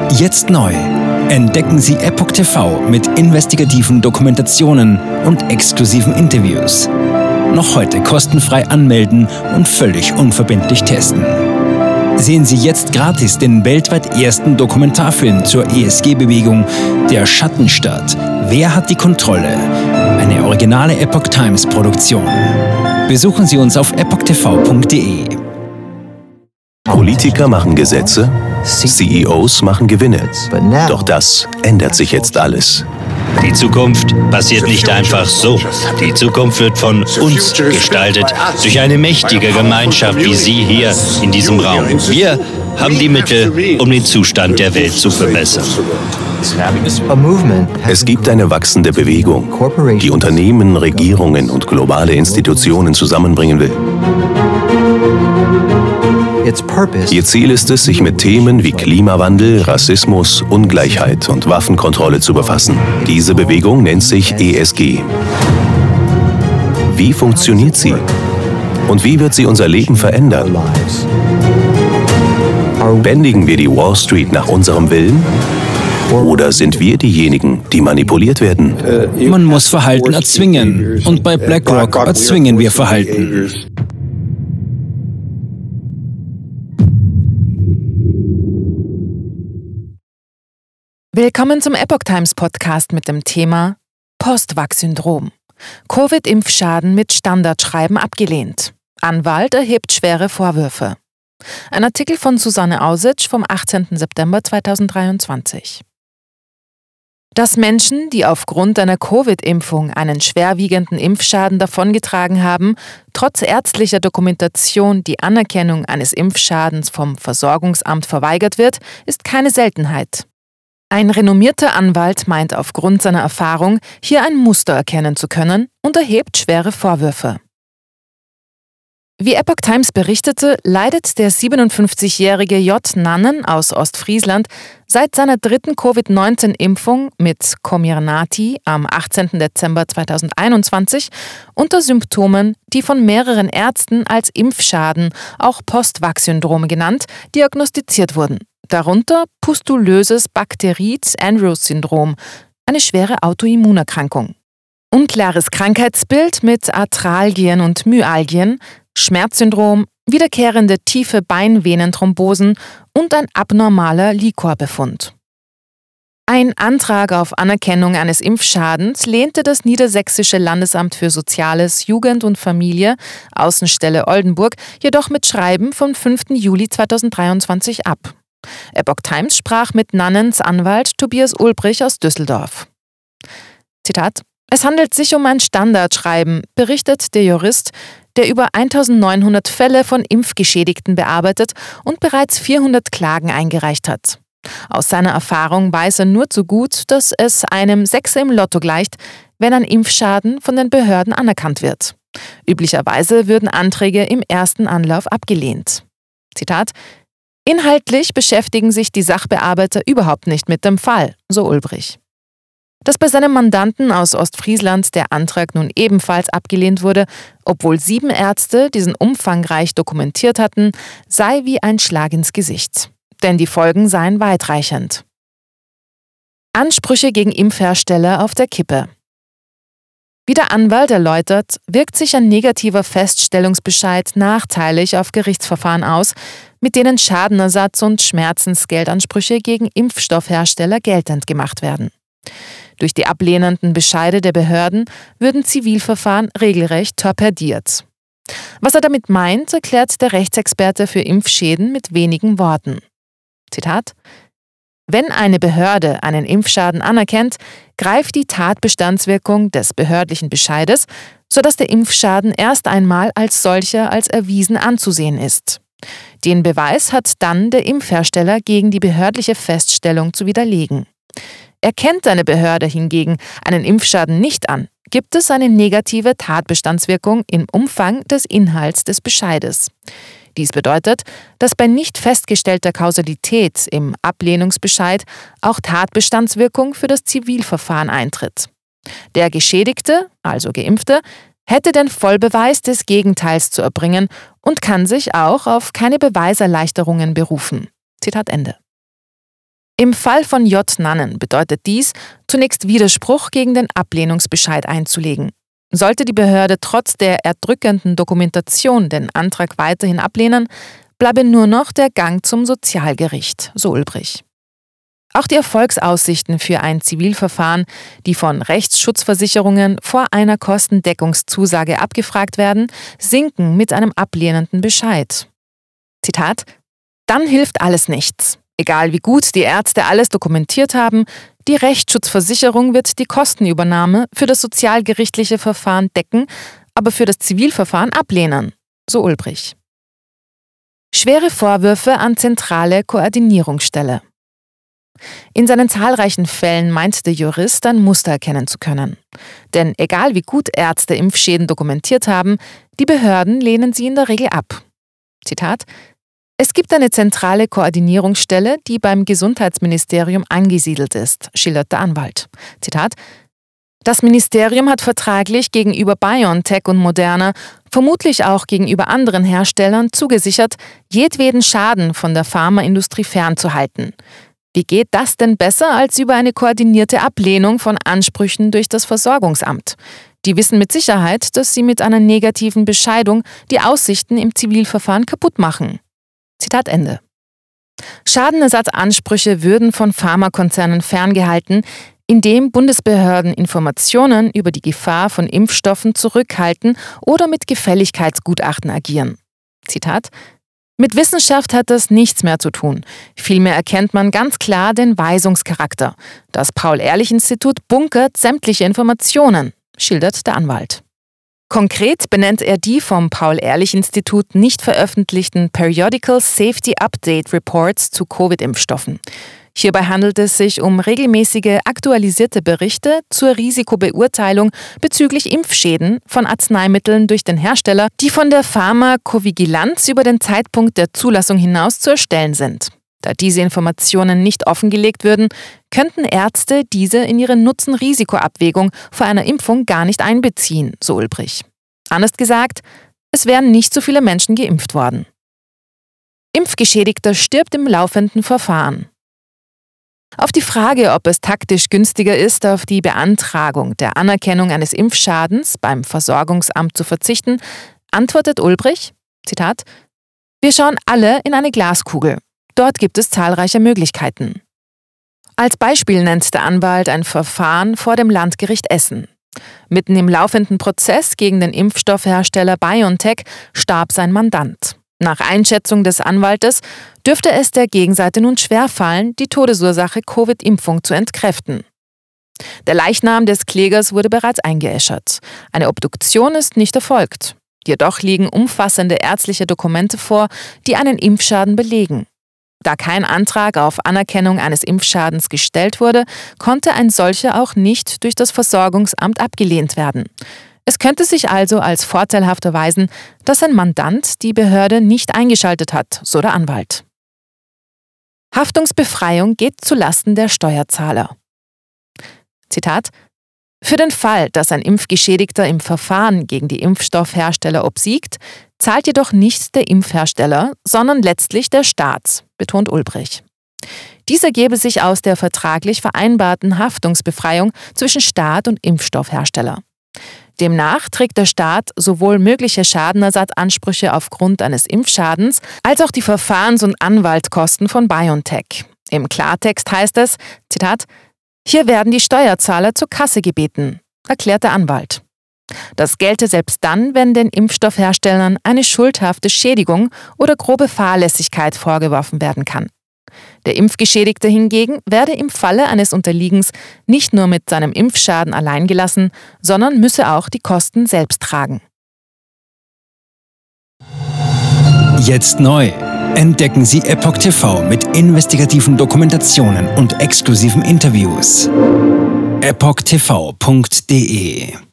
Jetzt neu. Entdecken Sie Epoch TV mit investigativen Dokumentationen und exklusiven Interviews. Noch heute kostenfrei anmelden und völlig unverbindlich testen. Sehen Sie jetzt gratis den weltweit ersten Dokumentarfilm zur ESG-Bewegung Der Schattenstaat. Wer hat die Kontrolle? Eine originale Epoch Times Produktion. Besuchen Sie uns auf epochtv.de. Politiker machen Gesetze, CEOs machen Gewinne. Doch das ändert sich jetzt alles. Die Zukunft passiert nicht einfach so. Die Zukunft wird von uns gestaltet, durch eine mächtige Gemeinschaft wie Sie hier in diesem Raum. Wir haben die Mittel, um den Zustand der Welt zu verbessern. Es gibt eine wachsende Bewegung, die Unternehmen, Regierungen und globale Institutionen zusammenbringen will. Ihr Ziel ist es, sich mit Themen wie Klimawandel, Rassismus, Ungleichheit und Waffenkontrolle zu befassen. Diese Bewegung nennt sich ESG. Wie funktioniert sie? Und wie wird sie unser Leben verändern? Bändigen wir die Wall Street nach unserem Willen? Oder sind wir diejenigen, die manipuliert werden? Man muss Verhalten erzwingen. Und bei BlackRock erzwingen wir Verhalten. Willkommen zum Epoch Times Podcast mit dem Thema Post-Vax-Syndrom. Covid-Impfschaden mit Standardschreiben abgelehnt. Anwalt erhebt schwere Vorwürfe. Ein Artikel von Susanne Ausitsch vom 18. September 2023. Dass Menschen, die aufgrund einer Covid-Impfung einen schwerwiegenden Impfschaden davongetragen haben, trotz ärztlicher Dokumentation die Anerkennung eines Impfschadens vom Versorgungsamt verweigert wird, ist keine Seltenheit. Ein renommierter Anwalt meint aufgrund seiner Erfahrung, hier ein Muster erkennen zu können und erhebt schwere Vorwürfe. Wie Epoch Times berichtete, leidet der 57-jährige J. Nannen aus Ostfriesland seit seiner dritten Covid-19-Impfung mit Comirnaty am 18. Dezember 2021 unter Symptomen, die von mehreren Ärzten als Impfschaden, auch Post-Vax-Syndrom genannt, diagnostiziert wurden. Darunter pustulöses Bakteriz-Andrews-Syndrom, eine schwere Autoimmunerkrankung. Unklares Krankheitsbild mit Arthralgien und Myalgien, Schmerzsyndrom, wiederkehrende tiefe Beinvenenthrombosen und ein abnormaler Liquorbefund. Ein Antrag auf Anerkennung eines Impfschadens lehnte das Niedersächsische Landesamt für Soziales, Jugend und Familie, Außenstelle Oldenburg, jedoch mit Schreiben vom 5. Juli 2023 ab. Epoch Times sprach mit Nannens Anwalt Tobias Ulbrich aus Düsseldorf. Zitat: Es handelt sich um ein Standardschreiben, berichtet der Jurist, der über 1900 Fälle von Impfgeschädigten bearbeitet und bereits 400 Klagen eingereicht hat. Aus seiner Erfahrung weiß er nur zu gut, dass es einem Sechser im Lotto gleicht, wenn ein Impfschaden von den Behörden anerkannt wird. Üblicherweise würden Anträge im ersten Anlauf abgelehnt. Zitat: Inhaltlich beschäftigen sich die Sachbearbeiter überhaupt nicht mit dem Fall, so Ulbrich. Dass bei seinem Mandanten aus Ostfriesland der Antrag nun ebenfalls abgelehnt wurde, obwohl 7 Ärzte diesen umfangreich dokumentiert hatten, sei wie ein Schlag ins Gesicht. Denn die Folgen seien weitreichend. Ansprüche gegen Impfhersteller auf der Kippe. Wie der Anwalt erläutert, wirkt sich ein negativer Feststellungsbescheid nachteilig auf Gerichtsverfahren aus, mit denen Schadenersatz- und Schmerzensgeldansprüche gegen Impfstoffhersteller geltend gemacht werden. Durch die ablehnenden Bescheide der Behörden würden Zivilverfahren regelrecht torpediert. Was er damit meint, erklärt der Rechtsexperte für Impfschäden mit wenigen Worten. Zitat: Wenn eine Behörde einen Impfschaden anerkennt, greift die Tatbestandswirkung des behördlichen Bescheides, sodass der Impfschaden erst einmal als solcher als erwiesen anzusehen ist. Den Beweis hat dann der Impfhersteller gegen die behördliche Feststellung zu widerlegen. Erkennt eine Behörde hingegen einen Impfschaden nicht an, gibt es eine negative Tatbestandswirkung im Umfang des Inhalts des Bescheides. Dies bedeutet, dass bei nicht festgestellter Kausalität im Ablehnungsbescheid auch Tatbestandswirkung für das Zivilverfahren eintritt. Der Geschädigte, also Geimpfte, hätte den Vollbeweis des Gegenteils zu erbringen und kann sich auch auf keine Beweiserleichterungen berufen. Zitat Ende. Im Fall von J. Nannen bedeutet dies, zunächst Widerspruch gegen den Ablehnungsbescheid einzulegen. Sollte die Behörde trotz der erdrückenden Dokumentation den Antrag weiterhin ablehnen, bleibe nur noch der Gang zum Sozialgericht, so Ulbrich. Auch die Erfolgsaussichten für ein Zivilverfahren, die von Rechtsschutzversicherungen vor einer Kostendeckungszusage abgefragt werden, sinken mit einem ablehnenden Bescheid. Zitat: Dann hilft alles nichts. Egal wie gut die Ärzte alles dokumentiert haben, die Rechtsschutzversicherung wird die Kostenübernahme für das sozialgerichtliche Verfahren decken, aber für das Zivilverfahren ablehnen, so Ulbrich. Schwere Vorwürfe an zentrale Koordinierungsstelle. In seinen zahlreichen Fällen meint der Jurist ein Muster erkennen zu können. Denn egal wie gut Ärzte Impfschäden dokumentiert haben, die Behörden lehnen sie in der Regel ab. Zitat: Es gibt eine zentrale Koordinierungsstelle, die beim Gesundheitsministerium angesiedelt ist, schildert der Anwalt. Zitat: Das Ministerium hat vertraglich gegenüber BioNTech und Moderna, vermutlich auch gegenüber anderen Herstellern, zugesichert, jedweden Schaden von der Pharmaindustrie fernzuhalten. Wie geht das denn besser als über eine koordinierte Ablehnung von Ansprüchen durch das Versorgungsamt? Die wissen mit Sicherheit, dass sie mit einer negativen Bescheidung die Aussichten im Zivilverfahren kaputt machen. Zitat Ende. Schadenersatzansprüche würden von Pharmakonzernen ferngehalten, indem Bundesbehörden Informationen über die Gefahr von Impfstoffen zurückhalten oder mit Gefälligkeitsgutachten agieren. Zitat: Mit Wissenschaft hat das nichts mehr zu tun. Vielmehr erkennt man ganz klar den Weisungscharakter. Das Paul-Ehrlich-Institut bunkert sämtliche Informationen, schildert der Anwalt. Konkret benennt er die vom Paul-Ehrlich-Institut nicht veröffentlichten Periodical Safety Update Reports zu Covid-Impfstoffen. Hierbei handelt es sich um regelmäßige aktualisierte Berichte zur Risikobeurteilung bezüglich Impfschäden von Arzneimitteln durch den Hersteller, die von der Pharmakovigilanz über den Zeitpunkt der Zulassung hinaus zu erstellen sind. Da diese Informationen nicht offengelegt würden, könnten Ärzte diese in ihre Nutzen-Risiko-Abwägung vor einer Impfung gar nicht einbeziehen, so Ulbrich. Anders gesagt, es wären nicht so viele Menschen geimpft worden. Impfgeschädigter stirbt im laufenden Verfahren. Auf die Frage, ob es taktisch günstiger ist, auf die Beantragung der Anerkennung eines Impfschadens beim Versorgungsamt zu verzichten, antwortet Ulbrich, Zitat: Wir schauen alle in eine Glaskugel. Dort gibt es zahlreiche Möglichkeiten. Als Beispiel nennt der Anwalt ein Verfahren vor dem Landgericht Essen. Mitten im laufenden Prozess gegen den Impfstoffhersteller BioNTech starb sein Mandant. Nach Einschätzung des Anwaltes dürfte es der Gegenseite nun schwerfallen, die Todesursache Covid-Impfung zu entkräften. Der Leichnam des Klägers wurde bereits eingeäschert. Eine Obduktion ist nicht erfolgt. Jedoch liegen umfassende ärztliche Dokumente vor, die einen Impfschaden belegen. Da kein Antrag auf Anerkennung eines Impfschadens gestellt wurde, konnte ein solcher auch nicht durch das Versorgungsamt abgelehnt werden. Es könnte sich also als vorteilhaft erweisen, dass ein Mandant die Behörde nicht eingeschaltet hat, so der Anwalt. Haftungsbefreiung geht zulasten der Steuerzahler. Zitat: Für den Fall, dass ein Impfgeschädigter im Verfahren gegen die Impfstoffhersteller obsiegt, zahlt jedoch nicht der Impfhersteller, sondern letztlich der Staat, betont Ulbrich. Dies ergebe sich aus der vertraglich vereinbarten Haftungsbefreiung zwischen Staat und Impfstoffhersteller. Demnach trägt der Staat sowohl mögliche Schadenersatzansprüche aufgrund eines Impfschadens als auch die Verfahrens- und Anwaltskosten von BioNTech. Im Klartext heißt es, Zitat: Hier werden die Steuerzahler zur Kasse gebeten, erklärt der Anwalt. Das gelte selbst dann, wenn den Impfstoffherstellern eine schuldhafte Schädigung oder grobe Fahrlässigkeit vorgeworfen werden kann. Der Impfgeschädigte hingegen werde im Falle eines Unterliegens nicht nur mit seinem Impfschaden allein gelassen, sondern müsse auch die Kosten selbst tragen. Jetzt neu. Entdecken Sie Epoch TV mit investigativen Dokumentationen und exklusiven Interviews. epochtv.de